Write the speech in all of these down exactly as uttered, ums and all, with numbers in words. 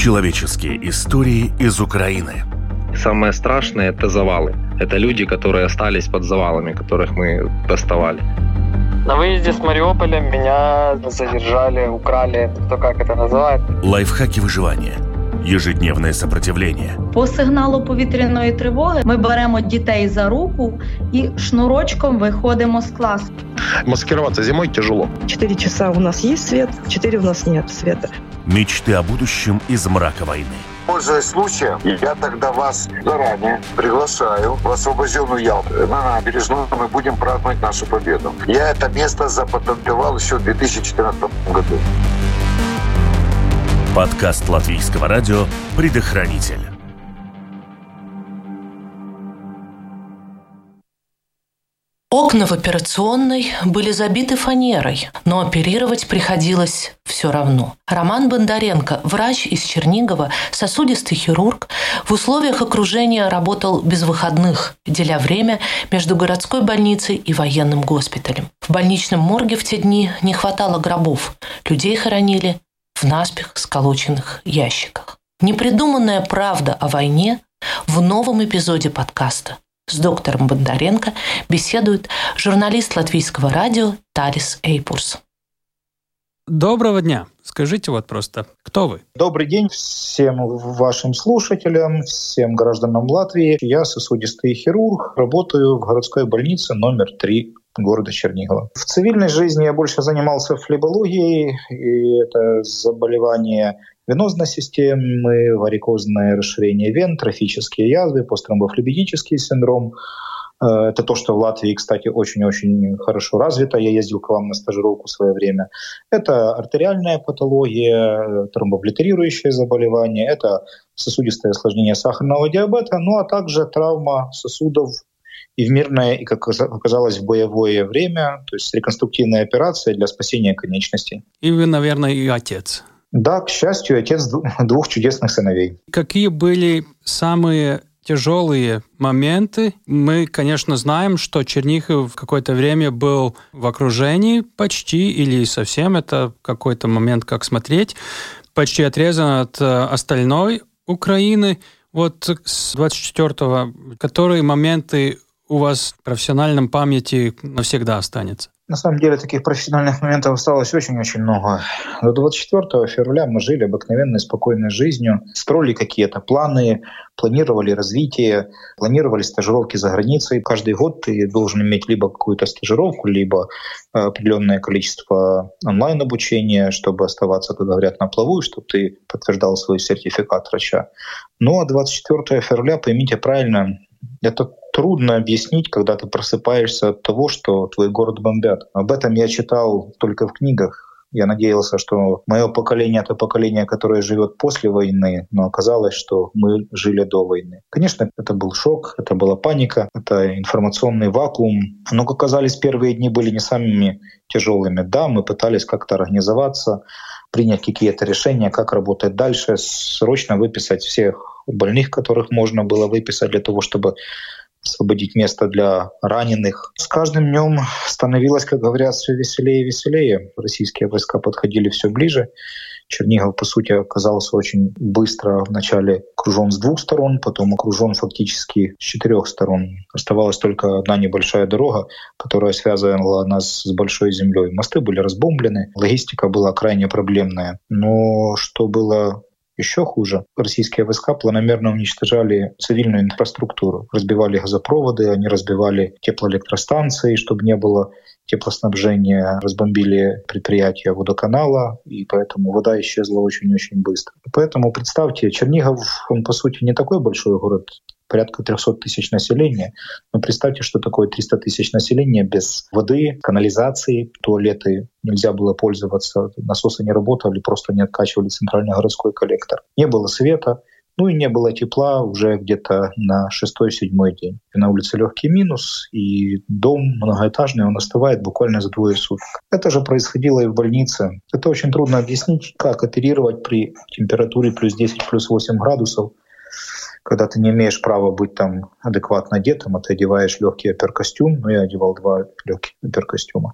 Человеческие истории из Украины. Самое страшное – это завалы. Это люди, которые остались под завалами, которых мы доставали. На выезде с Мариуполя меня задержали, украли, кто как это называет. Лайфхаки выживания. Ежедневне сопротивлення. По сигналу повітряної тривоги ми беремо дітей за руку і шнурочком виходимо з класу. Маскироваться зимой тяжело. Четыре часа у нас есть свет, четыре у нас нет света. Мечты о будущем из мрака войны. Пользуясь случаем, я тогда вас заранее приглашаю в освобожденную Ялту. На набережную мы будем праздновать нашу победу. Я это место запатентовал еще в две тысячи четырнадцатом году. Подкаст Латвийского радио «Предохранитель». Окна в операционной были забиты фанерой, но оперировать приходилось все равно. Роман Бондаренко, врач из Чернигова, сосудистый хирург, в условиях окружения работал без выходных, деля время между городской больницей и военным госпиталем. В больничном морге в те дни не хватало гробов. Людей хоронили в наспех сколоченных ящиках. Непридуманная правда о войне в новом эпизоде подкаста. С доктором Бондаренко беседует журналист Латвийского радио Талис Эйпурс. Доброго дня. Скажите вот просто, кто вы? Добрый день всем вашим слушателям, всем гражданам Латвии. Я сосудистый хирург, работаю в городской больнице номер три города Чернигова. В цивильной жизни я больше занимался флебологией, и это заболевание венозной системы, варикозное расширение вен, трофические язвы, посттромбофлебитический синдром. Это то, что в Латвии, кстати, очень-очень хорошо развито. Я ездил к вам на стажировку в свое время. Это артериальная патология, тромбооблитерирующее заболевание, это сосудистое осложнение сахарного диабета, ну а также травма сосудов и в мирное, и, как оказалось, в боевое время, то есть реконструктивная операция для спасения конечностей. И вы, наверное, и отец. Да, к счастью, отец двух чудесных сыновей. Какие были самые тяжелые моменты? Мы, конечно, знаем, что Чернигов в какое-то время был в окружении почти или совсем, это какой-то момент, как смотреть, почти отрезан от остальной Украины. Вот с двадцать четвёртого, которые моменты у вас в профессиональном памяти навсегда останется? На самом деле таких профессиональных моментов осталось очень-очень много. До двадцать четвёртого февраля мы жили обыкновенной, спокойной жизнью, строили какие-то планы, планировали развитие, планировали стажировки за границей. Каждый год ты должен иметь либо какую-то стажировку, либо определенное количество онлайн-обучения, чтобы оставаться, как говорят, на плаву, и чтобы ты подтверждал свой сертификат врача. Но двадцать четвёртого февраля, поймите правильно, это трудно объяснить, когда ты просыпаешься от того, что твой город бомбят. Об этом я читал только в книгах. Я надеялся, что мое поколение — это поколение, которое живет после войны, но оказалось, что мы жили до войны. Конечно, это был шок, это была паника, это информационный вакуум. Но, как оказалось, первые дни были не самыми тяжелыми. Да, мы пытались как-то организоваться, принять какие-то решения, как работать дальше, срочно выписать всех больных, которых можно было выписать для того, чтобы освободить место для раненых. С каждым днем становилось, как говорят, все веселее и веселее. Российские войска подходили все ближе. Чернигов, по сути, оказался очень быстро вначале окружен с двух сторон, потом окружен фактически с четырех сторон. Оставалась только одна небольшая дорога, которая связывала нас с большой землей. Мосты были разбомблены, логистика была крайне проблемная. Но что было еще хуже, российские войска планомерно уничтожали цивильную инфраструктуру. Разбивали газопроводы, они разбивали теплоэлектростанции, чтобы не было теплоснабжения, разбомбили предприятия водоканала, и поэтому вода исчезла очень-очень быстро. Поэтому представьте, Чернигов, он по сути не такой большой город, порядка триста тысяч населения. Но представьте, что такое триста тысяч населения без воды, канализации, туалеты нельзя было пользоваться, насосы не работали, просто не откачивали центральный городской коллектор. Не было света, ну и не было тепла уже где-то на шестой-седьмой день. И на улице легкий минус, и дом многоэтажный, он остывает буквально за двое суток. Это же происходило и в больнице. Это очень трудно объяснить, как оперировать при температуре плюс десять, плюс восемь градусов, когда ты не имеешь права быть там адекватно одетым, а ты одеваешь легкий оперкостюм, ну я одевал два легких оперкостюма.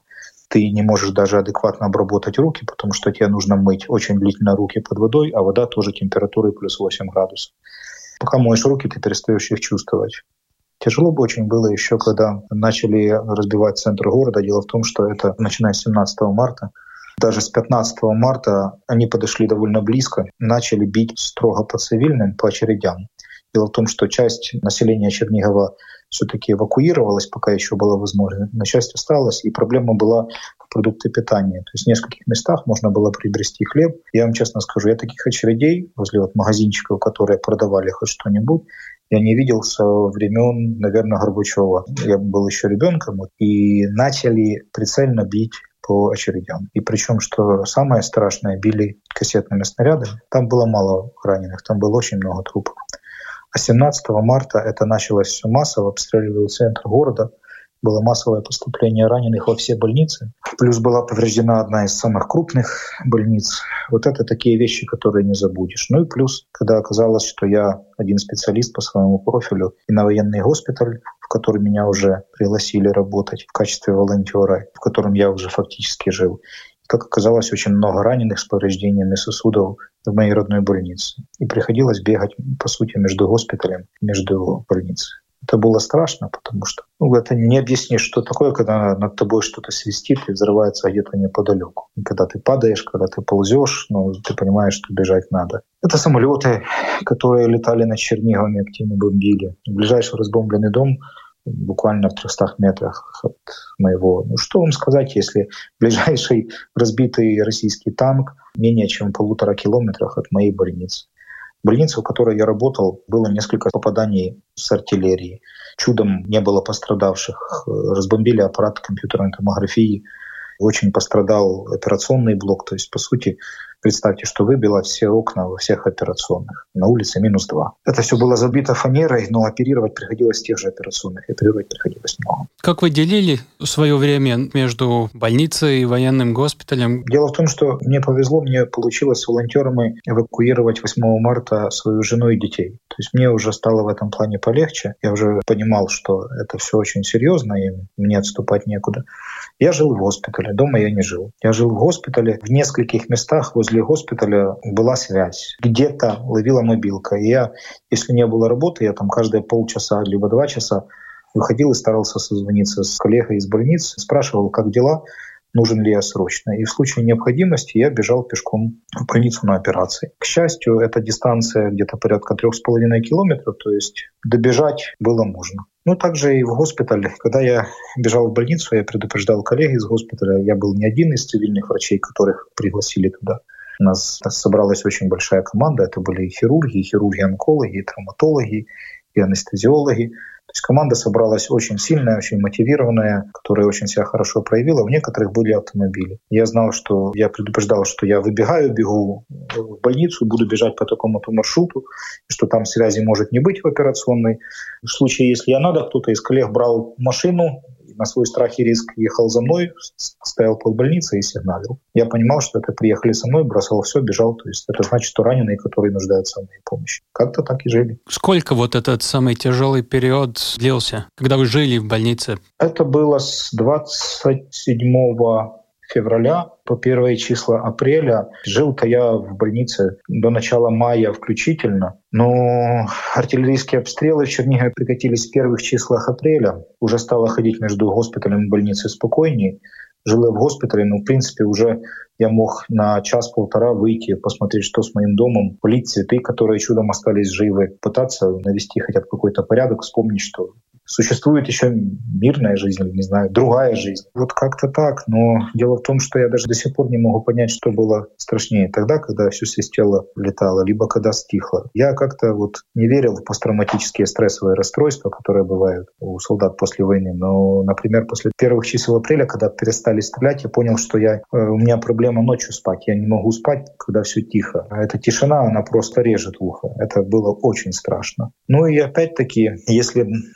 ты не можешь даже адекватно обработать руки, потому что тебе нужно мыть очень длительно руки под водой, а вода тоже температурой плюс восемь градусов. Пока моешь руки, ты перестаешь их чувствовать. Тяжело бы очень было еще, когда начали разбивать центр города. Дело в том, что это начиная с семнадцатого марта. Даже с пятнадцатого марта они подошли довольно близко, начали бить строго по цивильным, по очередям. Дело в том, что часть населения Чернигова все-таки эвакуировалась, пока еще была возможность, но часть осталась, и проблема была продукты питания. То есть в нескольких местах можно было приобрести хлеб. Я вам честно скажу, я таких очередей возле вот магазинчиков, которые продавали хоть что-нибудь, я не видел со времен, наверное, Горбачева. Я был еще ребенком, и начали прицельно бить по очередям. И причем, что самое страшное, били кассетными снарядами. Там было мало раненых, там было очень много трупов. А семнадцатого марта это началось все массово, обстреливали центр города. Было массовое поступление раненых во все больницы. Плюс была повреждена одна из самых крупных больниц. Вот это такие вещи, которые не забудешь. Ну и плюс, когда оказалось, что я один специалист по своему профилю и на военный госпиталь, в который меня уже пригласили работать в качестве волонтера, в котором я уже фактически жил. Как оказалось, очень много раненых с повреждениями сосудов в моей родной больнице. И приходилось бегать, по сути, между госпиталем и между больницей. Это было страшно, потому что ну, это не объяснишь, что такое, когда над тобой что-то свистит и взрывается где-то неподалеку. И когда ты падаешь, когда ты ползешь, ну, ты понимаешь, что бежать надо. Это самолеты, которые летали над Черниговым и активно бомбили. Ближайший разбомбленный дом буквально в трехстах метрах от моего. Ну что вам сказать, если ближайший разбитый российский танк менее чем в полутора километрах от моей больницы. Больница, в которой я работал, было несколько попаданий с артиллерии. Чудом не было пострадавших. Разбомбили аппарат компьютерной томографии. Очень пострадал операционный блок. То есть, по сути, представьте, что выбило все окна во всех операционных. На улице минус два. Это все было забито фанерой, но оперировать приходилось в тех же операционных. Оперировать приходилось много. Как вы делили свое время между больницей и военным госпиталем? Дело в том, что мне повезло, мне получилось с волонтерами эвакуировать восьмого марта свою жену и детей. То есть мне уже стало в этом плане полегче. Я уже понимал, что это все очень серьезно, и мне отступать некуда. Я жил в госпитале, дома я не жил. Я жил в госпитале. В нескольких местах возле госпиталя была связь. Где-то ловила мобилка. И я, если не было работы, я там каждые полчаса либо два часа выходил и старался созвониться с коллегой из больницы, спрашивал, как дела, нужен ли я срочно. И в случае необходимости я бежал пешком в больницу на операции. К счастью, эта дистанция где-то порядка трех с половиной километров, то есть добежать было можно. Ну, также и в госпитале. Когда я бежал в больницу, я предупреждал коллег из госпиталя. Я был не один из цивильных врачей, которых пригласили туда. У нас собралась очень большая команда. Это были и хирурги, и хирурги-онкологи, и травматологи, и анестезиологи. То есть команда собралась очень сильная, очень мотивированная, которая очень себя хорошо проявила. У некоторых были автомобили. Я знал, что я предупреждал, что я выбегаю, бегу в больницу, буду бежать по такому-то маршруту, что там связи может не быть в операционной. В случае, если я надо, кто-то из коллег брал машину, на свой страх и риск ехал за мной, стоял под больницей и сигналил. Я понимал, что это приехали со мной, бросал все, бежал. То есть это значит, что раненые, которые нуждаются в моей помощи. Как-то так и жили. Сколько вот этот самый тяжелый период длился, когда вы жили в больнице? Это было с двадцать седьмого февраля по первые числа апреля. Жил-то я в больнице до начала мая включительно. Но артиллерийские обстрелы в Чернигове прекратились в первых числах апреля. Уже стало ходить между госпиталем и больницей спокойнее. Жил я в госпитале, но в принципе уже я мог на час-полтора выйти, посмотреть, что с моим домом, полить цветы, которые чудом остались живы, пытаться навести хотя бы какой-то порядок, вспомнить, что существует еще мирная жизнь, или, не знаю, другая жизнь. Вот как-то так. Но дело в том, что я даже до сих пор не могу понять, что было страшнее. Тогда, когда все свистело, летало, либо когда стихло. Я как-то вот не верил в посттравматические стрессовые расстройства, которые бывают у солдат после войны. Но, например, после первых чисел апреля, когда перестали стрелять, я понял, что я, у меня проблема ночью спать. Я не могу спать, когда все тихо. А эта тишина, она просто режет ухо. Это было очень страшно. Ну и опять-таки, если до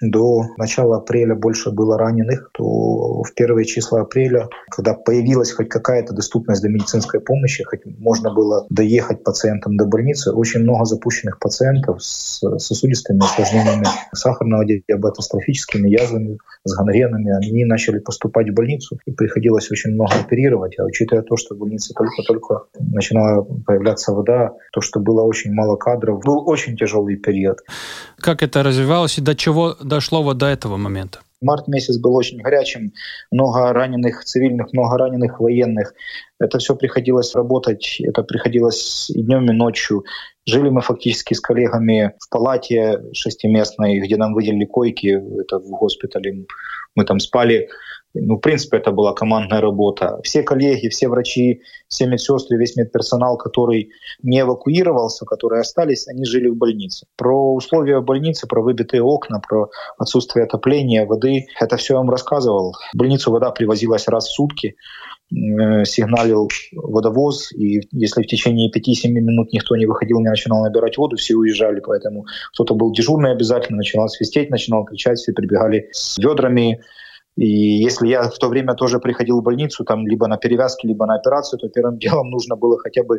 до начала апреля больше было раненых, то в первые числа апреля, когда появилась хоть какая-то доступность до медицинской помощи, хоть можно было доехать пациентам до больницы, очень много запущенных пациентов с сосудистыми осложнениями сахарного диабета, с трофическими язвами, с гангренами, они начали поступать в больницу, и приходилось очень много оперировать. А учитывая то, что в больнице только-только начинала появляться вода, то, что было очень мало кадров, был очень тяжелый период. Как это развивалось и до чего дошло вот до этого момента? Март месяц был очень горячим, много раненых цивильных, много раненых военных. Это все приходилось работать, это приходилось и днем, и ночью. Жили мы фактически с коллегами в палате шестиместной, где нам выделили койки, это в госпитале. Мы там спали. Ну, в принципе, это была командная работа. Все коллеги, все врачи, все медсестры, весь медперсонал, который не эвакуировался, которые остались, они жили в больнице. Про условия больницы, про выбитые окна, про отсутствие отопления, воды, это все я вам рассказывал. В больницу вода привозилась раз в сутки, сигналил водовоз, и если в течение пяти-семи минут никто не выходил, не начинал набирать воду, все уезжали, поэтому кто-то был дежурный обязательно, начинал свистеть, начинал кричать, все прибегали с ведрами. И если я в то время тоже приходил в больницу, там либо на перевязки, либо на операцию, то первым делом нужно было хотя бы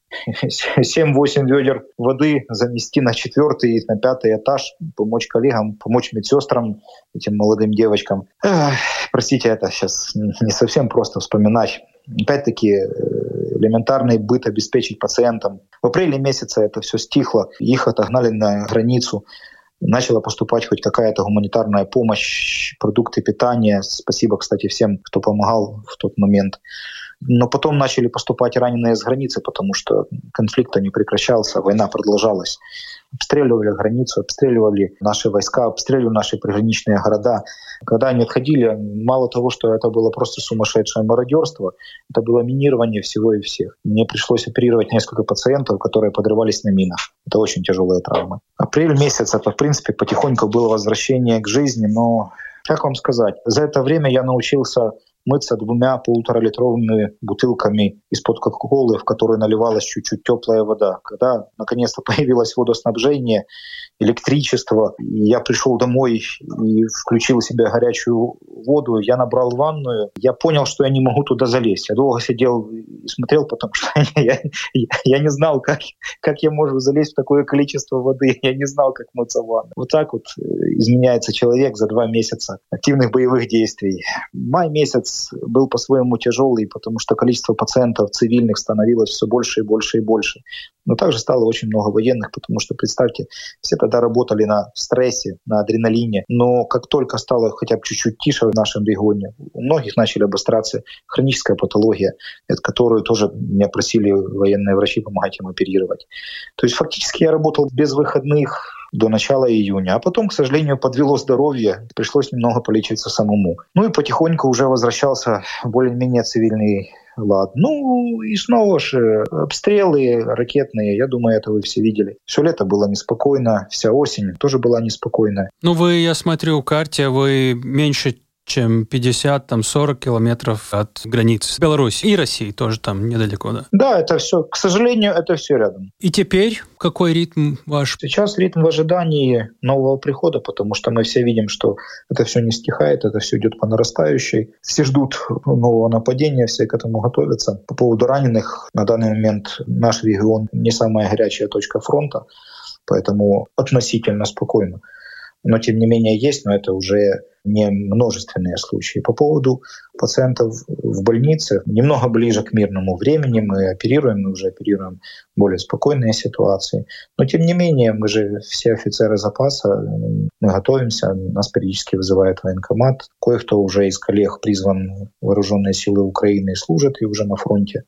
семь-восемь ведер воды занести на четвертый, на пятый этаж, помочь коллегам, помочь медсестрам, этим молодым девочкам. Эх, простите, это сейчас не совсем просто вспоминать. Опять-таки, элементарный быт обеспечить пациентам. В апреле месяце это все стихло, их отогнали на границу. Начала поступать хоть какая-то гуманитарная помощь, продукты питания. Спасибо, кстати, всем, кто помогал в тот момент. Но потом начали поступать раненые с границы, потому что конфликт не прекращался, война продолжалась. Обстреливали границу, обстреливали наши войска, обстреливали наши приграничные города. Когда они отходили, мало того, что это было просто сумасшедшее мародерство, это было минирование всего и всех. Мне пришлось оперировать несколько пациентов, которые подрывались на минах. Это очень тяжелые травмы. Апрель месяц — это, в принципе, потихоньку было возвращение к жизни, но, как вам сказать, за это время я научился мыться двумя полуторалитровыми бутылками из-под кока-колы, в которые наливалась чуть-чуть теплая вода. Когда наконец-то появилось водоснабжение, электричество, и я пришел домой и включил себе горячую воду, я набрал ванную, я понял, что я не могу туда залезть. Я долго сидел и смотрел, потому что я, я, я не знал, как, как я могу залезть в такое количество воды. Я не знал, как мыться в ванной. Вот так вот изменяется человек за два месяца активных боевых действий. Май месяц был по-своему тяжелый, потому что количество пациентов цивильных становилось все больше и больше и больше. Но также стало очень много военных, потому что, представьте, все тогда работали на стрессе, на адреналине. Но как только стало хотя бы чуть-чуть тише в нашем регионе, у многих начали обостряться хроническая патология, которую тоже меня просили военные врачи помогать им оперировать. То есть фактически я работал без выходных до начала июня. А потом, к сожалению, подвело здоровье, пришлось немного полечиться самому. Ну и потихоньку уже возвращался в более-менее цивильный лад. Ну и снова же обстрелы ракетные, я думаю, это вы все видели. Все лето было неспокойно, вся осень тоже была неспокойная. Ну вы, я смотрю, в карте, вы меньше чем пятьдесят-сорок километров от границы с Беларусью. И России тоже там недалеко, да? Да, это все, к сожалению, это все рядом. И теперь какой ритм ваш? Сейчас ритм в ожидании нового прихода, потому что мы все видим, что это все не стихает, это все идет по нарастающей. Все ждут нового нападения, все к этому готовятся. По поводу раненых, на данный момент наш регион не самая горячая точка фронта, поэтому относительно спокойно. Но, тем не менее, есть, но это уже не множественные случаи. По поводу пациентов в больнице, немного ближе к мирному времени мы оперируем, мы уже оперируем более спокойные ситуации. Но, тем не менее, мы же все офицеры запаса, мы готовимся, нас периодически вызывает военкомат. Кое-кто уже из коллег призван в вооруженные силы Украины и служит, и уже на фронте.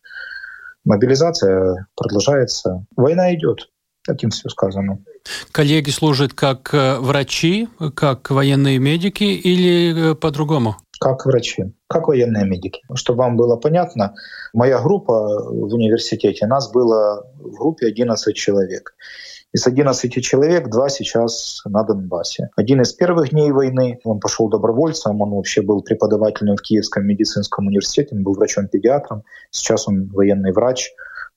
Мобилизация продолжается. Война идет. Этим все сказано. Коллеги служат как врачи, как военные медики или по-другому? Как врачи, как военные медики. Чтобы вам было понятно, моя группа в университете, нас было в группе одиннадцать человек. Из одиннадцати человек два сейчас на Донбассе. Один из первых дней войны, он пошел добровольцем, он вообще был преподавателем в Киевском медицинском университете, он был врачом-педиатром, сейчас он военный врач.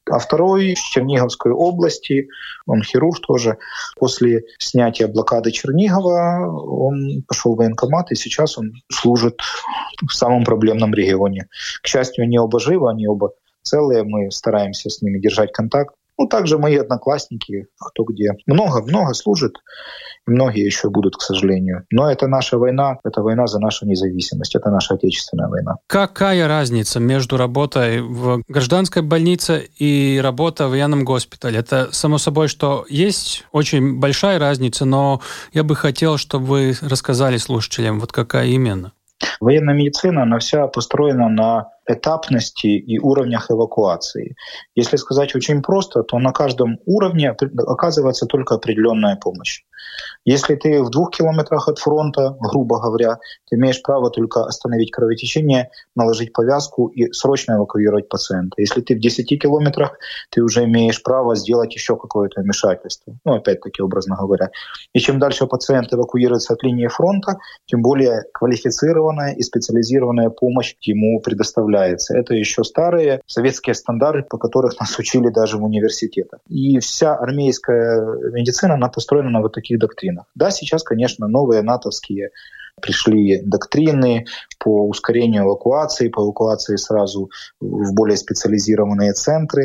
А второй с Черниговской области, он хирург тоже. После снятия блокады Чернигова он пошел в военкомат, и сейчас он служит в самом проблемном регионе. К счастью, они оба живы, они оба целые, мы стараемся с ними держать контакт. Ну, также мои одноклассники, кто где. Много-много служит, и многие еще будут, к сожалению. Но это наша война, это война за нашу независимость, это наша отечественная война. Какая разница между работой в гражданской больнице и работой в военном госпитале? Это само собой, что есть очень большая разница, но я бы хотел, чтобы вы рассказали слушателям, вот какая именно. Военная медицина, она вся построена на этапности и уровнях эвакуации. Если сказать очень просто, то на каждом уровне оказывается только определенная помощь. Если ты в двух километрах от фронта, грубо говоря, ты имеешь право только остановить кровотечение, наложить повязку и срочно эвакуировать пациента. Если ты в десяти километрах, ты уже имеешь право сделать еще какое-то вмешательство. Ну, опять-таки, образно говоря. И чем дальше пациент эвакуируется от линии фронта, тем более квалифицированная и специализированная помощь ему предоставляется. Это еще старые советские стандарты, по которым нас учили даже в университетах. И вся армейская медицина, она построена на вот таких доктринах. Да, сейчас, конечно, новые натовские пришли доктрины по ускорению эвакуации, по эвакуации сразу в более специализированные центры,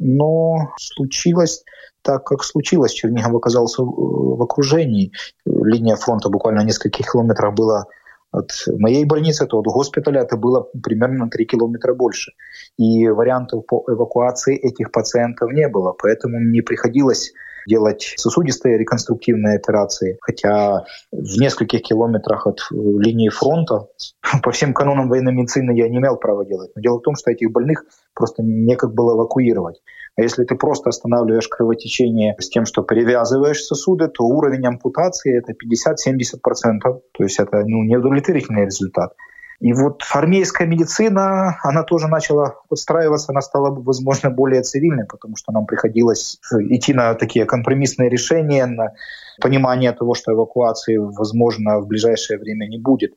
но случилось так, как случилось. Чернигов оказался в окружении. Линия фронта буквально нескольких километров была от моей больницы, то от госпиталя это было примерно на три километра больше. И вариантов по эвакуации этих пациентов не было, поэтому мне приходилось делать сосудистые реконструктивные операции, хотя в нескольких километрах от линии фронта по всем канонам военной медицины я не имел права делать. Но дело в том, что этих больных просто некак было эвакуировать. А если ты просто останавливаешь кровотечение с тем, что перевязываешь сосуды, то уровень ампутации — это пятьдесят-семьдесят процентов. То есть это ну, неудовлетворительный результат. И вот армейская медицина, она тоже начала подстраиваться, она стала, возможно, более цивильной, потому что нам приходилось идти на такие компромиссные решения, на понимание того, что эвакуации, возможно, в ближайшее время не будет.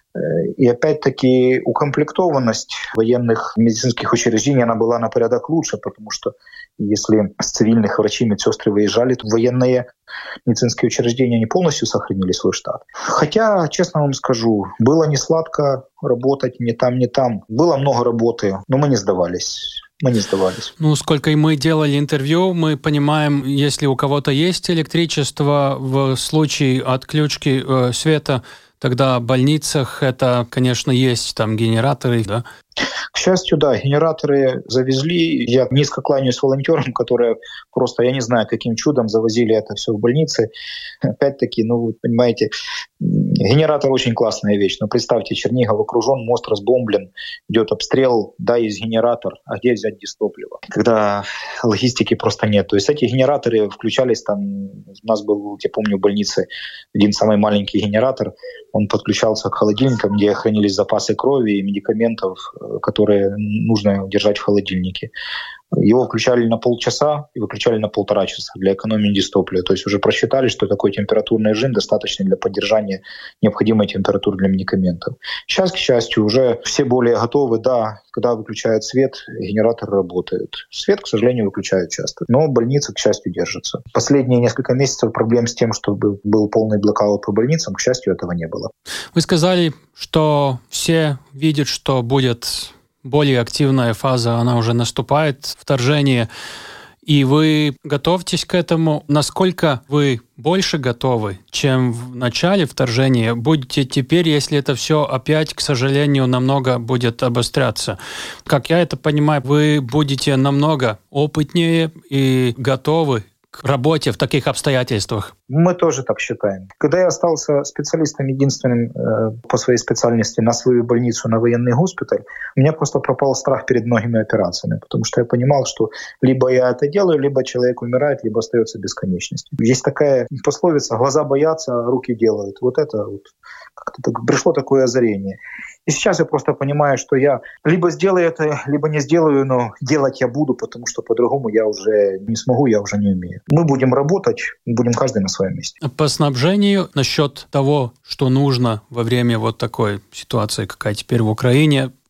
И опять-таки укомплектованность военных медицинских учреждений, она была на порядок лучше, потому что если с цивильных врачи, медсестры выезжали, то военные медицинские учреждения не полностью сохранили свой штат. Хотя, честно вам скажу, было не сладко работать ни там, ни там. Было много работы, но мы не сдавались. Мы не сдавались. Ну, сколько и мы делали интервью, мы понимаем, если у кого-то есть электричество, в случае отключки э, света, тогда в больницах это, конечно, есть там генераторы, да? К счастью, да, генераторы завезли. Я низко кланяюсь волонтерам, которые просто, я не знаю, каким чудом завозили это все в больницы. Опять-таки, ну, вы понимаете, генератор очень классная вещь. Но представьте, Чернигов окружен, мост разбомблен, идет обстрел, да, есть генератор, а где взять дистопливо? Когда логистики просто нет. То есть эти генераторы включались там, у нас был, я помню, в больнице один самый маленький генератор, он подключался к холодильникам, где хранились запасы крови и медикаментов, которые нужно держать в холодильнике. Его включали на полчаса и выключали на полтора часа для экономии дистоплива. То есть уже просчитали, что такой температурный режим достаточный для поддержания необходимой температуры для медикаментов. Сейчас, к счастью, уже все более готовы. Да, когда выключают свет, генератор работает. Свет, к сожалению, выключают часто. Но больницы, к счастью, держатся. Последние несколько месяцев проблем с тем, чтобы был полный блокаут по больницам, к счастью, этого не было. Вы сказали, что все видят, что будет более активная фаза, она уже наступает, вторжение, и вы готовьтесь к этому. Насколько вы больше готовы, чем в начале вторжения, будете теперь, если это все опять, к сожалению, намного будет обостряться? Как я это понимаю, вы будете намного опытнее и готовы к работе в таких обстоятельствах? Мы тоже так считаем. Когда я остался специалистом единственным э, по своей специальности на свою больницу, на военный госпиталь, у меня просто пропал страх перед многими операциями, потому что я понимал, что либо я это делаю, либо человек умирает, либо остается бесконечностью. Есть такая пословица: глаза боятся, руки делают. Вот это вот как-то так, пришло такое озарение. И сейчас я просто понимаю, что я либо сделаю это, либо не сделаю, но делать я буду, потому что по-другому я уже не смогу, я уже не умею. Мы будем работать, будем каждый на своем месте. По снабжению, насчет того, что нужно во время вот такой ситуации, какая теперь в Украине,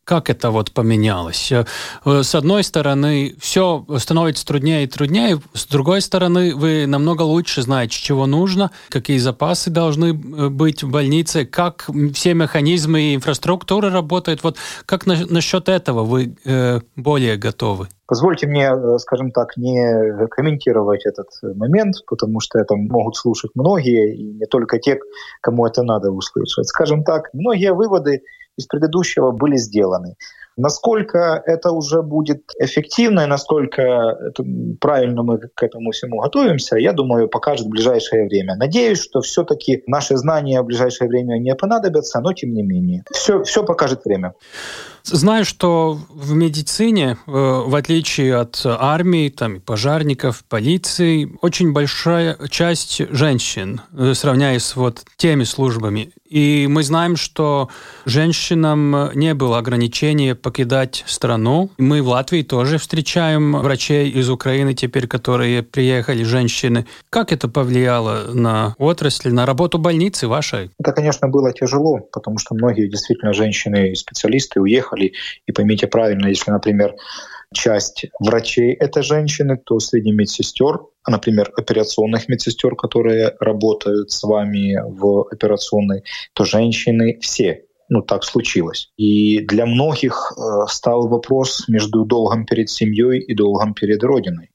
Как это вот поменялось? С одной стороны, все становится труднее и труднее. С другой стороны, вы намного лучше знаете, чего нужно, какие запасы должны быть в больнице, как все механизмы и инфраструктура работают. Вот как на, насчет этого вы э, более готовы? Позвольте мне, скажем так, не комментировать этот момент, потому что это могут слушать многие, и не только те, кому это надо услышать. Скажем так, многие выводы из предыдущего были сделаны. Насколько это уже будет эффективно и насколько это, правильно мы к этому всему готовимся, я думаю, покажет ближайшее время. Надеюсь, что все-таки наши знания в ближайшее время не понадобятся, но тем не менее. Все, все покажет время. Знаю, что в медицине, в отличие от армии, там, пожарников, полиции, очень большая часть женщин, сравняясь с вот теми службами. И мы знаем, что женщинам не было ограничения покидать страну. Мы в Латвии тоже встречаем врачей из Украины теперь, которые приехали, женщины. Как это повлияло на отрасль, на работу больницы вашей? Это, конечно, было тяжело, потому что многие действительно женщины и специалисты уехали. И поймите правильно, если, например, часть врачей — это женщины, то среди медсестер, например, операционных медсестер, которые работают с вами в операционной, то женщины все. Ну, так случилось. И для многих э, стал вопрос между долгом перед семьей и долгом перед Родиной.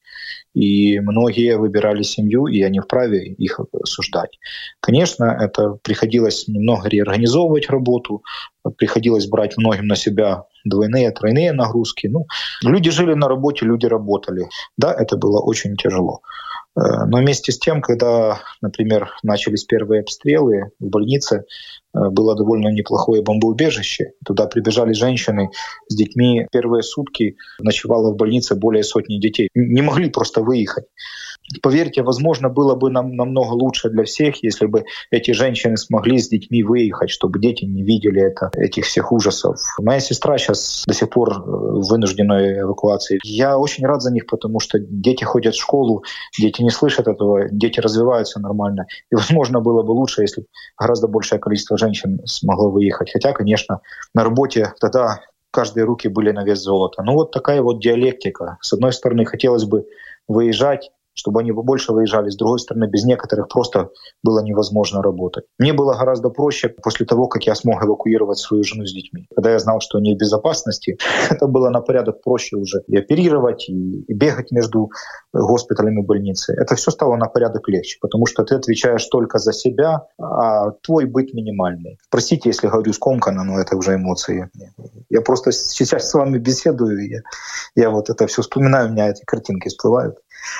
И многие выбирали семью, и они вправе их осуждать. Конечно, это приходилось немного реорганизовывать работу, приходилось брать многим на себя двойные, тройные нагрузки. Ну, люди жили на работе, люди работали. Да, это было очень тяжело. Но вместе с тем, когда, например, начались первые обстрелы в больнице, было довольно неплохое бомбоубежище. Туда прибежали женщины с детьми. Первые сутки ночевало в больнице более сотни детей. Не могли просто выехать. Поверьте, возможно, было бы нам намного лучше для всех, если бы эти женщины смогли с детьми выехать, чтобы дети не видели это, этих всех ужасов. Моя сестра сейчас до сих пор в вынужденной эвакуации. Я очень рад за них, потому что дети ходят в школу, дети не слышат этого, дети развиваются нормально. И, возможно, было бы лучше, если гораздо большее количество женщин смогло выехать. Хотя, конечно, на работе тогда каждые руки были на вес золота. Ну вот такая вот диалектика. С одной стороны, хотелось бы выезжать, чтобы они побольше выезжали. С другой стороны, без некоторых просто было невозможно работать. Мне было гораздо проще после того, как я смог эвакуировать свою жену с детьми. Когда я знал, что они в безопасности, это было на порядок проще уже и оперировать, и, и бегать между госпиталями и больницей. Это все стало на порядок легче, потому что ты отвечаешь только за себя, а твой быт минимальный. Простите, если говорю скомканно, но это уже эмоции. Я просто сейчас с вами беседую, и я, я вот это все вспоминаю, у меня эти картинки всплывают.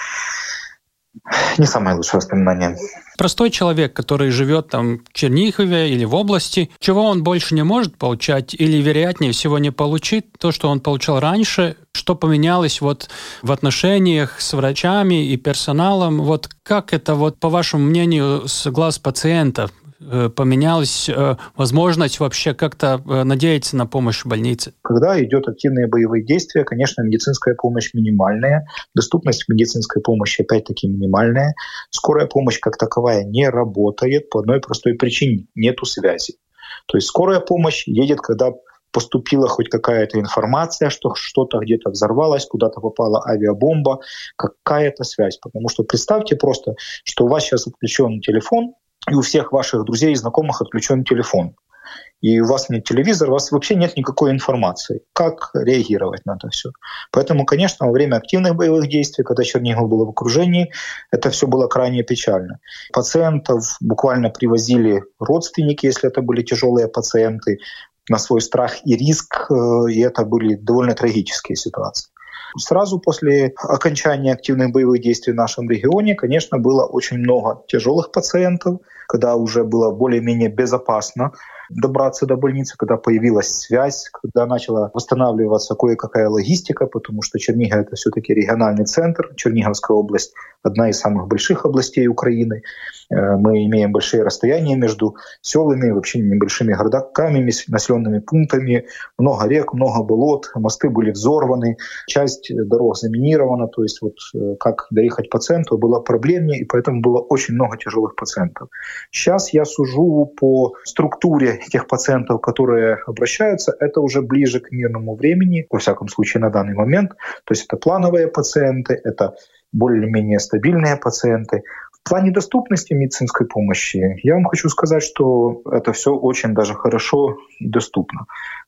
Не самое лучшее воспоминание. Простой человек, который живет там в Чернигове или в области, чего он больше не может получать или, вероятнее всего, не получит то, что он получал раньше, что поменялось вот в отношениях с врачами и персоналом. Вот как это, вот, по вашему мнению, с глаз пациента поменялась возможность вообще как-то надеяться на помощь в больнице? Когда идет активные боевые действия, конечно, медицинская помощь минимальная, доступность медицинской помощи опять-таки минимальная. Скорая помощь как таковая не работает по одной простой причине – нету связи. То есть скорая помощь едет, когда поступила хоть какая-то информация, что что-то где-то взорвалось, куда-то попала авиабомба, какая-то связь. Потому что представьте просто, что у вас сейчас отключен телефон, и у всех ваших друзей и знакомых отключен телефон. И у вас нет телевизора, у вас вообще нет никакой информации. Как реагировать на это все? Поэтому, конечно, во время активных боевых действий, когда Чернигов был в окружении, это все было крайне печально. Пациентов буквально привозили родственники, если это были тяжелые пациенты, на свой страх и риск, и это были довольно трагические ситуации. Сразу после окончания активных боевых действий в нашем регионе, конечно, было очень много тяжелых пациентов, когда уже было более-менее безопасно добраться до больницы, когда появилась связь, когда начала восстанавливаться кое-какая логистика, потому что Чернигов — это все-таки региональный центр. Черниговская область — одна из самых больших областей Украины. Мы имеем большие расстояния между селами, вообще небольшими городками, населенными пунктами, много рек, много болот, мосты были взорваны, часть дорог заминирована, то есть вот как доехать пациенту было проблемнее, и поэтому было очень много тяжелых пациентов. Сейчас я сужу по структуре тех пациентов, которые обращаются, это уже ближе к мирному времени, во всяком случае на данный момент. То есть это плановые пациенты, это более-менее стабильные пациенты. В плане доступности медицинской помощи я вам хочу сказать, что это все очень даже хорошо и доступно.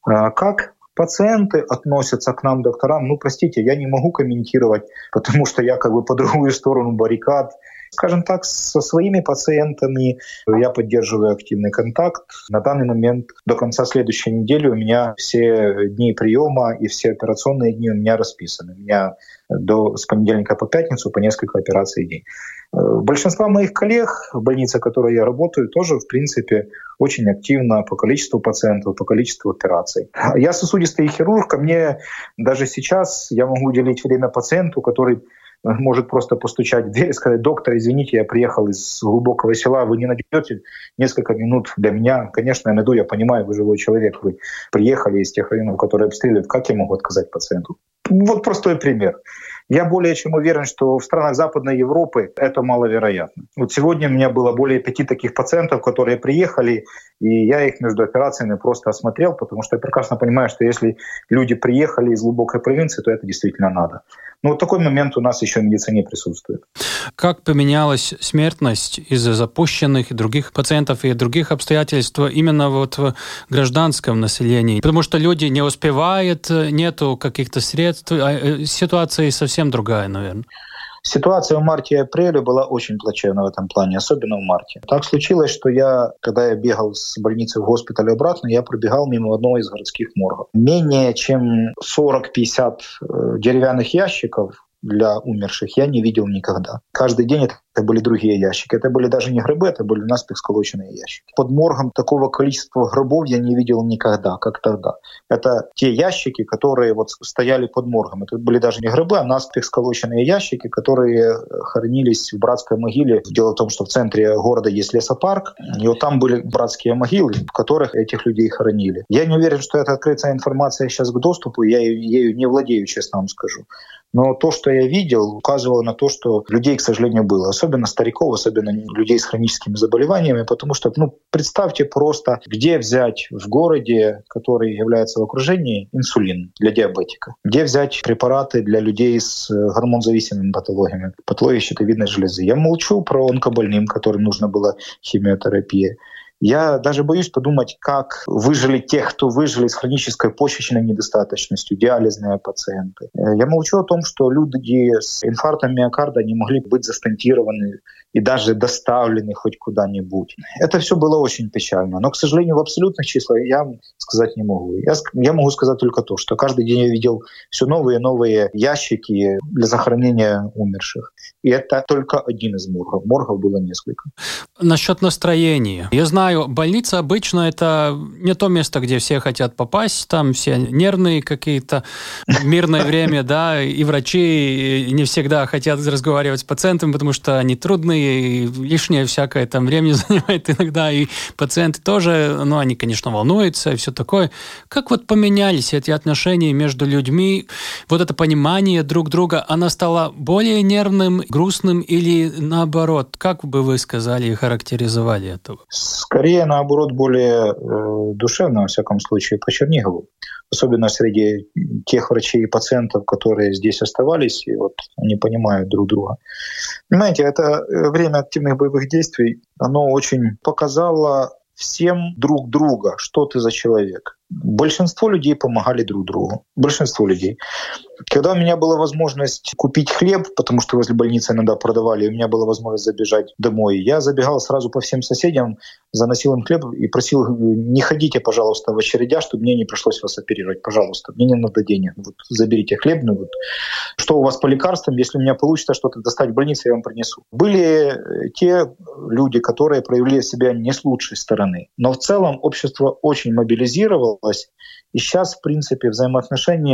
Как пациенты относятся к нам, докторам, ну, простите, я не могу комментировать, потому что я как бы по другую сторону баррикад. Скажем так, со своими пациентами я поддерживаю активный контакт. На данный момент до конца следующей недели у меня все дни приема и все операционные дни у меня расписаны. У меня до, с понедельника по пятницу по несколько операций в день. Большинство моих коллег в больнице, в которой я работаю, тоже, в принципе, очень активно по количеству пациентов, по количеству операций. Я сосудистый хирург, ко мне даже сейчас я могу уделить время пациенту, который может просто постучать в дверь и сказать: доктор, извините, я приехал из глубокого села, вы не найдете несколько минут для меня? Конечно, я найду, я понимаю, вы живой человек, вы приехали из тех районов, которые обстреливают. Как я могу отказать пациенту? Вот простой пример. Я более чем уверен, что в странах Западной Европы это маловероятно. Вот сегодня у меня было более пяти таких пациентов, которые приехали, и я их между операциями просто осмотрел, потому что я прекрасно понимаю, что если люди приехали из глубокой провинции, то это действительно надо. Но вот такой момент у нас еще в медицине присутствует. Как поменялась смертность из-за запущенных и других пациентов и других обстоятельств именно вот в гражданском населении? Потому что люди не успевают, нету каких-то средств, а ситуация совсем другая, наверное. Ситуация в марте и апреле была очень плачевна в этом плане, особенно в марте. Так случилось, что я, когда я бегал с больницы в госпиталь обратно, я пробегал мимо одного из городских моргов. Менее чем сорок-пятьдесят деревянных ящиков для умерших я не видел никогда. Каждый день это были другие ящики. Это были даже не гробы, это были наспех сколоченные ящики. Под моргом такого количества гробов я не видел никогда, как тогда. Это те ящики, которые вот стояли под моргом. Это были даже не гробы, а наспех сколоченные ящики, которые хоронились в братской могиле. Дело в том, что в центре города есть лесопарк, и вот там были братские могилы, в которых этих людей хоронили. Я не уверен, что это открытая информация сейчас к доступу, я ею не владею, честно вам скажу. Но то, что я видел, указывало на то, что людей, к сожалению, было. Особенно стариков, особенно людей с хроническими заболеваниями. Потому что, ну, представьте просто, где взять в городе, который является в окружении, инсулин для диабетика. Где взять препараты для людей с гормонзависимыми патологиями, патологией щитовидной железы. Я молчу про онкобольным, которым нужна была химиотерапия. Я даже боюсь подумать, как выжили те, кто выжили с хронической почечной недостаточностью, диализные пациенты. Я молчу о том, что люди с инфарктом миокарда не могли быть застентированы и даже доставлены хоть куда-нибудь. Это все было очень печально. Но, к сожалению, в абсолютных числах я сказать не могу. Я, я могу сказать только то, что каждый день я видел все новые и новые ящики для захоронения умерших. И это только один из моргов. Моргов было несколько. Насчет настроения. Я знаю, больница обычно это не то место, где все хотят попасть, там все нервные какие-то, мирное время, да, и врачи не всегда хотят разговаривать с пациентами, потому что они трудные, и лишнее всякое там времени занимает иногда, и пациенты тоже, ну, они, конечно, волнуются и все такое. Как вот поменялись эти отношения между людьми, вот это понимание друг друга, оно стало более нервным, грустным или наоборот? Как бы вы сказали и характеризовали это? Скорее, наоборот, более э, душевно, во всяком случае, по Чернигову. Особенно среди тех врачей и пациентов, которые здесь оставались, и вот они понимают друг друга. Понимаете, это время активных боевых действий, оно очень показало всем друг друга, что ты за человек. Большинство людей помогали друг другу. Большинство людей. Когда у меня была возможность купить хлеб, потому что возле больницы иногда продавали, у меня была возможность забежать домой, я забегал сразу по всем соседям, заносил им хлеб и просил: не ходите, пожалуйста, в очередях, чтобы мне не пришлось вас оперировать. Пожалуйста, мне не надо денег. Вот заберите хлеб. Ну, вот. Что у вас по лекарствам? Если у меня получится что-то достать в больнице, я вам принесу. Были те люди, которые проявили себя не с лучшей стороны. Но в целом общество очень мобилизировалось. И сейчас, в принципе, взаимоотношения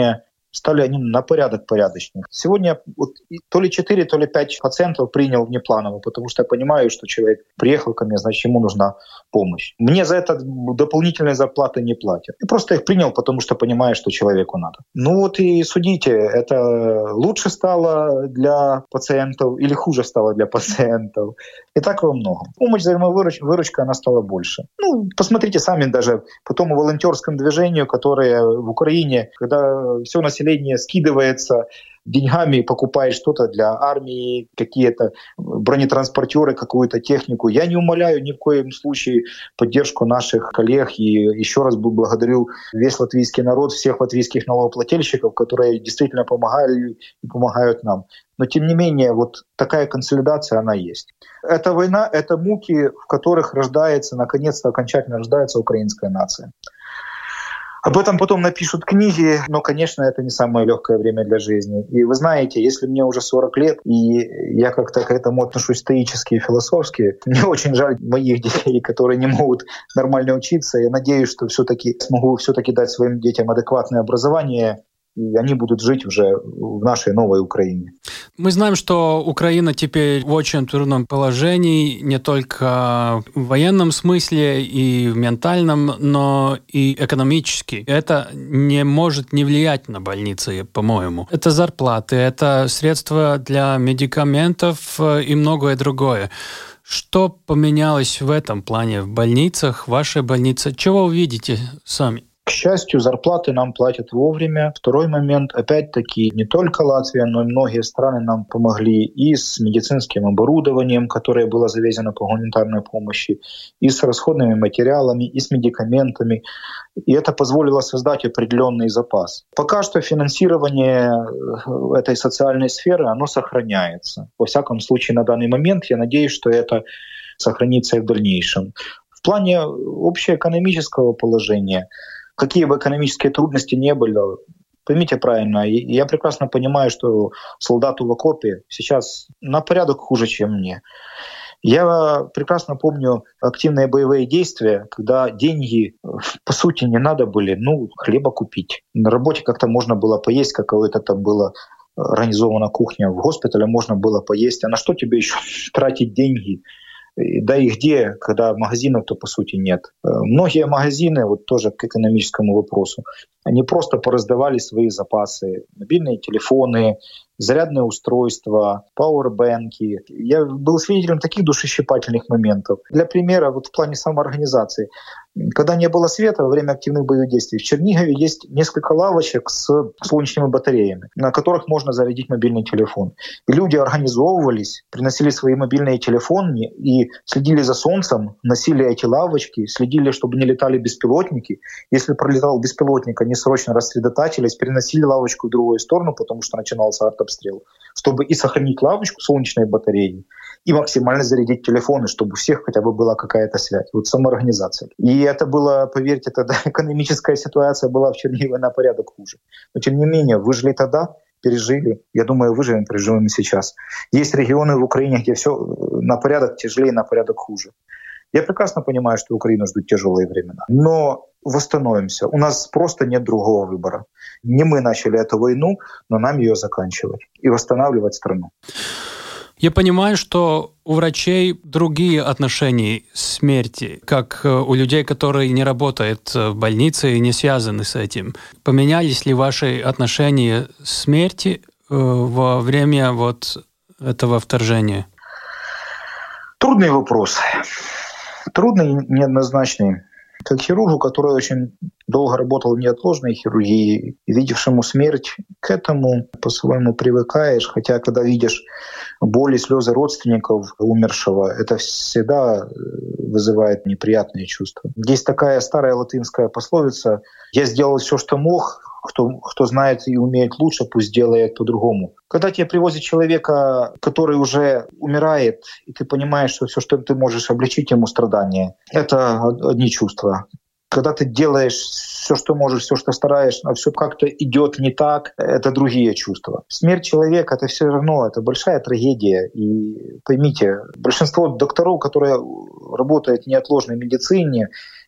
Стали они на порядок порядочнее. Сегодня вот то ли четыре, то ли пять пациентов принял внепланово, потому что я понимаю, что человек приехал ко мне, значит, ему нужна помощь. Мне за это дополнительные зарплаты не платят. Я просто их принял, потому что понимаю, что человеку надо. Ну вот и судите, это лучше стало для пациентов или хуже стало для пациентов. И так во многом. Помощь, взаимовыручка, она стала больше. Ну, посмотрите сами даже по тому волонтерскому движению, которое в Украине, когда все население скидывается деньгами, покупает что-то для армии, какие-то бронетранспортеры, какую-то технику. Я не умаляю ни в коем случае поддержку наших коллег. И еще раз бы благодарю весь латвийский народ, всех латвийских налогоплательщиков, которые действительно помогали и помогают нам. Но тем не менее, вот такая консолидация, она есть. Эта война — это муки, в которых рождается, наконец-то окончательно рождается украинская нация. Об этом потом напишут книги, но, конечно, это не самое легкое время для жизни. И вы знаете, если мне уже сорок лет, и я как-то к этому отношусь стоически и философски, мне очень жаль моих детей, которые не могут нормально учиться. Я надеюсь, что все-таки смогу все-таки дать своим детям адекватное образование, и они будут жить уже в нашей новой Украине. Мы знаем, что Украина теперь в очень трудном положении, не только в военном смысле и в ментальном, но и экономически. Это не может не влиять на больницы, по-моему. Это зарплаты, это средства для медикаментов и многое другое. Что поменялось в этом плане в больницах, в вашей больнице? Чего вы видите сами? К счастью, зарплаты нам платят вовремя. Второй момент, опять-таки, не только Латвия, но и многие страны нам помогли и с медицинским оборудованием, которое было завезено по гуманитарной помощи, и с расходными материалами, и с медикаментами. И это позволило создать определенный запас. Пока что финансирование этой социальной сферы, оно сохраняется. Во всяком случае, на данный момент я надеюсь, что это сохранится и в дальнейшем. В плане общеэкономического положения, какие бы экономические трудности не были, поймите правильно, я прекрасно понимаю, что солдату в окопе сейчас на порядок хуже, чем мне. Я прекрасно помню активные боевые действия, когда деньги, по сути, не надо были, ну, хлеба купить. На работе как-то можно было поесть, какое-то там было организована кухня, в госпитале можно было поесть. А на что тебе еще тратить деньги? Да и где, когда магазинов-то по сути нет. Многие магазины, вот тоже к экономическому вопросу, они просто пораздавали свои запасы. Мобильные телефоны, зарядные устройства, пауэрбэнки. Я был свидетелем таких душещипательных моментов. Для примера, вот в плане самоорганизации. Когда не было света во время активных боевых действий, в Чернигове есть несколько лавочек с солнечными батареями, на которых можно зарядить мобильный телефон. И люди организовывались, приносили свои мобильные телефоны и следили за солнцем, носили эти лавочки, следили, чтобы не летали беспилотники. Если пролетал беспилотник, они срочно рассредотачивались, переносили лавочку в другую сторону, потому что начинался артобстрел, чтобы и сохранить лавочку солнечной батареи, и максимально зарядить телефоны, чтобы у всех хотя бы была какая-то связь. Вот самоорганизация. И это было, поверьте, тогда экономическая ситуация была в Чернигове на порядок хуже. Но тем не менее, выжили тогда, пережили. Я думаю, выживем, переживем и сейчас. Есть регионы в Украине, где все на порядок тяжелее, на порядок хуже. Я прекрасно понимаю, что Украину ждут тяжелые времена. Но восстановимся. У нас просто нет другого выбора. Не мы начали эту войну, но нам ее заканчивать и восстанавливать страну. Я понимаю, что у врачей другие отношения с смертью, как у людей, которые не работают в больнице и не связаны с этим. Поменялись ли ваши отношения с смертью во время вот этого вторжения? Трудный вопрос. Трудный и неоднозначный. Как хирургу, который очень долго работал в неотложной хирургии, видевшему смерть, к этому по-своему привыкаешь. Хотя, когда видишь боль и слезы родственников умершего, это всегда вызывает неприятные чувства. Есть такая старая латинская пословица: «Я сделал все, что мог, кто, кто знает и умеет лучше, пусть делает по-другому». Когда тебе привозят человека, который уже умирает, и ты понимаешь, что все, что ты можешь, облегчить ему страдания, это одни чувства. Когда ты делаешь все, что можешь, все, что стараешься, но все как-то идет не так, это другие чувства. Смерть человека — это все равно, это большая трагедия. И поймите, большинство докторов, которые работают в неотложной медицине,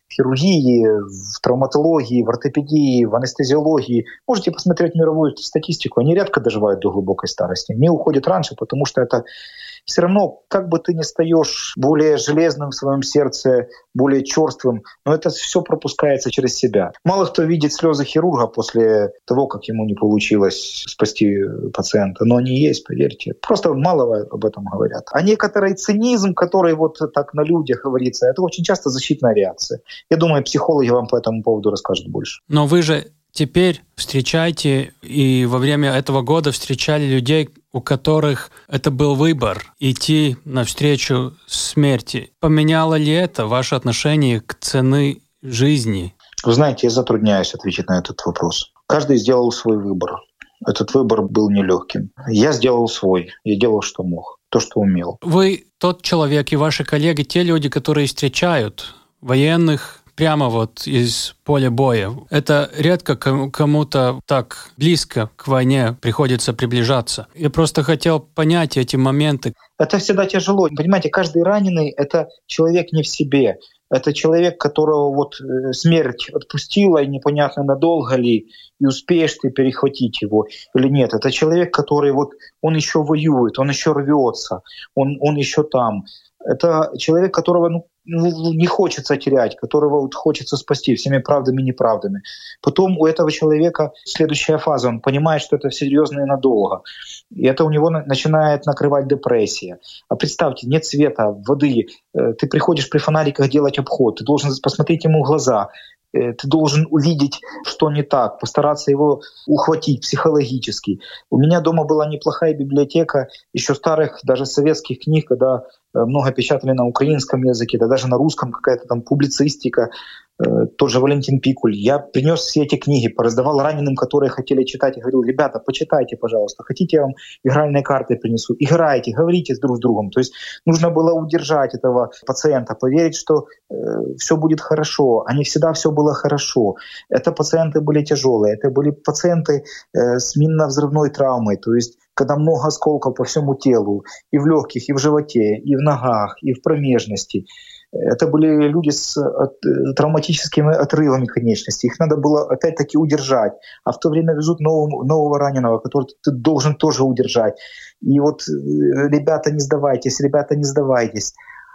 в хирургии, в травматологии, в ортопедии, в анестезиологии. Можете посмотреть мировую статистику. Они редко доживают до глубокой старости. Они уходят раньше, потому что это все равно, как бы ты ни стаешь более железным в своем сердце, более черствым, но это все пропускается через себя. Мало кто видит слезы хирурга после того, как ему не получилось спасти пациента, но они есть, поверьте. Просто мало об этом говорят. А некоторый цинизм, который вот так на людях говорится, это очень часто защитная реакция. Я думаю, психологи вам по этому поводу расскажут больше. Но вы же теперь встречаете, и во время этого года встречали людей, у которых это был выбор — идти навстречу смерти. Поменяло ли это ваше отношение к цене жизни? Вы знаете, я затрудняюсь ответить на этот вопрос. Каждый сделал свой выбор. Этот выбор был нелегким. Я сделал свой. Я делал, что мог, то, что умел. Вы тот человек и ваши коллеги, те люди, которые встречают военных прямо вот из поля боя. Это редко кому-то так близко к войне приходится приближаться. Я просто хотел понять эти моменты. Это всегда тяжело. Понимаете, каждый раненый — это человек не в себе. Это человек, которого вот смерть отпустила, и непонятно, надолго ли, и успеешь ты перехватить его или нет. Это человек, который вот, он еще воюет, он еще рвется, он, он еще там. Это человек, которого ну, не хочется терять, которого вот хочется спасти всеми правдами и неправдами. Потом у этого человека следующая фаза, он понимает, что это серьезно и надолго. И это у него начинает накрывать депрессия. А представьте, нет света, воды, ты приходишь при фонариках делать обход, ты должен посмотреть ему в глаза, ты должен увидеть, что не так, постараться его ухватить психологически. У меня дома была неплохая библиотека еще старых, даже советских книг, когда много печатали на украинском языке, да даже на русском какая-то там публицистика, тот же Валентин Пикуль. Я принес все эти книги, пораздавал раненым, которые хотели читать, и говорил: ребята, почитайте, пожалуйста, хотите, я вам игральные карты принесу, играйте, говорите друг с другом. То есть нужно было удержать этого пациента, поверить, что э, все будет хорошо, а не всегда все было хорошо. Это пациенты были тяжелые, это были пациенты э, с минно-взрывной травмой, то есть когда много осколков по всему телу, и в легких, и в животе, и в ногах, и в промежности. Это были люди с от, травматическими отрывами конечностей. Их надо было опять-таки удержать. А в то время везут нового, нового раненого, которого ты должен тоже удержать. И вот, ребята, не сдавайтесь, ребята, не сдавайтесь.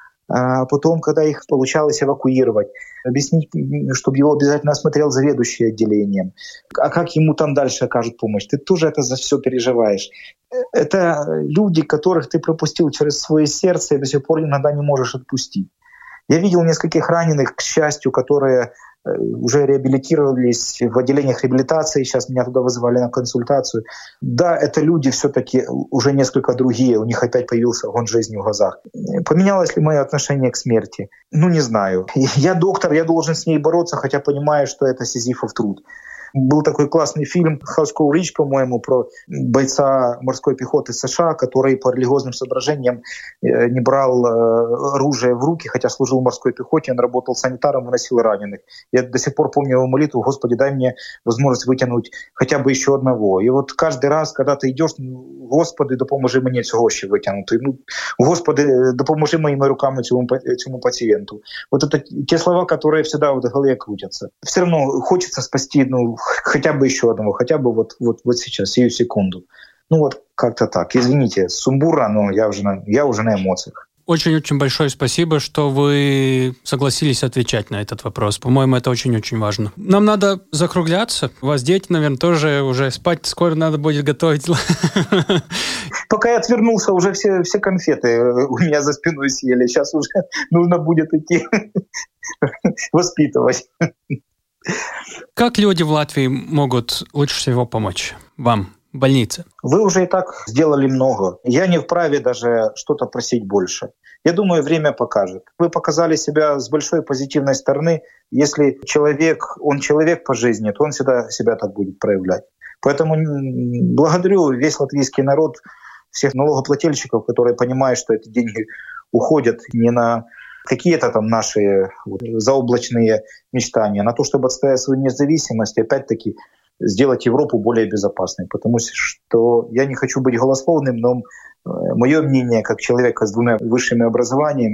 А потом, когда их получалось эвакуировать, объяснить, чтобы его обязательно осмотрел заведующий отделением. А как ему там дальше окажут помощь? Ты тоже это за все переживаешь. Это люди, которых ты пропустил через свое сердце и до сих пор иногда не можешь отпустить. Я видел нескольких раненых, к счастью, которые уже реабилитировались в отделениях реабилитации, сейчас меня туда вызывали на консультацию. Да, это люди все-таки уже несколько другие, у них опять появился огонь жизни в глазах. Поменялось ли мое отношение к смерти? Ну, не знаю. Я доктор, я должен с ней бороться, хотя понимаю, что это сизифов труд. Был такой классный фильм «Хаско Рич», по-моему, про бойца морской пехоты США, который по религиозным соображениям не брал оружие в руки, хотя служил в морской пехоте, он работал санитаром, выносил раненых. Я до сих пор помню его молитву: «Господи, дай мне возможность вытянуть хотя бы еще одного». И вот каждый раз, когда ты идешь: «Господи, допоможи мені цього ще витягнути». Ну, «Господи, допоможи моими руками цьому, цьому пациенту». Вот это те слова, которые всегда в голове крутятся. Все равно хочется спасти, ну, хотя бы еще одного, хотя бы вот, вот, вот сейчас, сию секунду. Ну вот как-то так. Извините, сумбура, но я уже на, я уже на эмоциях. Очень-очень большое спасибо, что вы согласились отвечать на этот вопрос. По-моему, это очень-очень важно. Нам надо закругляться. У вас дети, наверное, тоже уже спать скоро надо будет готовить. Пока я отвернулся, уже все, все конфеты у меня за спиной съели. Сейчас уже нужно будет идти воспитывать. Как люди в Латвии могут лучше всего помочь вам, больнице? Вы уже и так сделали много. Я не вправе даже что-то просить больше. Я думаю, время покажет. Вы показали себя с большой позитивной стороны. Если человек, он человек по жизни, то он всегда себя так будет проявлять. Поэтому благодарю весь латвийский народ, всех налогоплательщиков, которые понимают, что эти деньги уходят не на какие-то там наши вот, заоблачные мечтания, на то, чтобы отстоять свою независимость и опять-таки сделать Европу более безопасной. Потому что я не хочу быть голословным, но мое мнение, как человека с двумя высшими образованиями,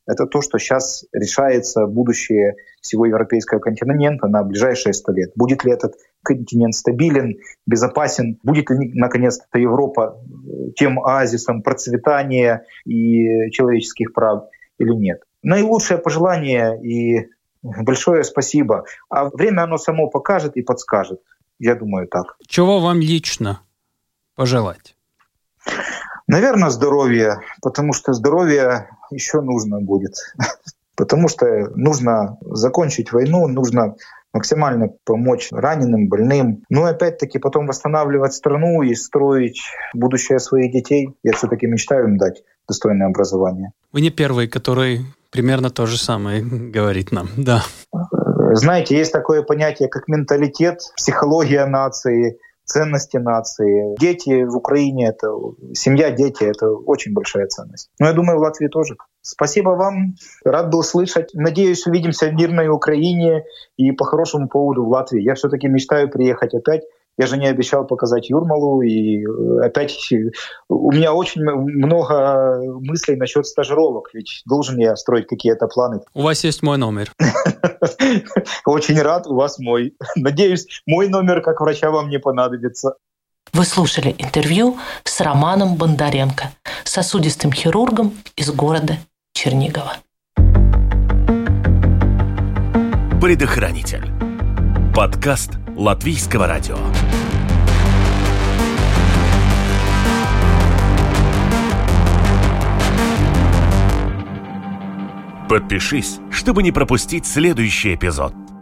Это то, что сейчас решается будущее всего европейского континента на ближайшие сто лет. Будет ли этот континент стабилен, безопасен? Будет ли, наконец-то, Европа тем оазисом процветания и человеческих прав или нет? Наилучшее пожелание и большое спасибо. А время оно само покажет и подскажет. Я думаю, так. Чего вам лично пожелать? Наверное, здоровье, потому что здоровье еще нужно будет. Потому что нужно закончить войну, нужно максимально помочь раненым, больным. Но опять-таки потом восстанавливать страну и строить будущее своих детей. Я все-таки мечтаю им дать достойное образование. Вы не первый, который примерно то же самое говорит нам, да. Знаете, есть такое понятие, как менталитет, психология нации, ценности нации. Дети в Украине — это семья, дети — это очень большая ценность. Но я думаю, в Латвии тоже. Спасибо вам. Рад был слышать. Надеюсь, увидимся в мирной Украине и по хорошему поводу в Латвии. Я все-таки мечтаю приехать опять. Я же не обещал показать Юрмалу, и опять у меня очень много мыслей насчет стажировок, ведь должен я строить какие-то планы. У вас есть мой номер. Очень рад, у вас мой. Надеюсь, мой номер как врача вам не понадобится. Вы слушали интервью с Романом Бондаренко, сосудистым хирургом из города Чернигова. Предохранитель. Подкаст Латвийского радио. Подпишись, чтобы не пропустить следующий эпизод.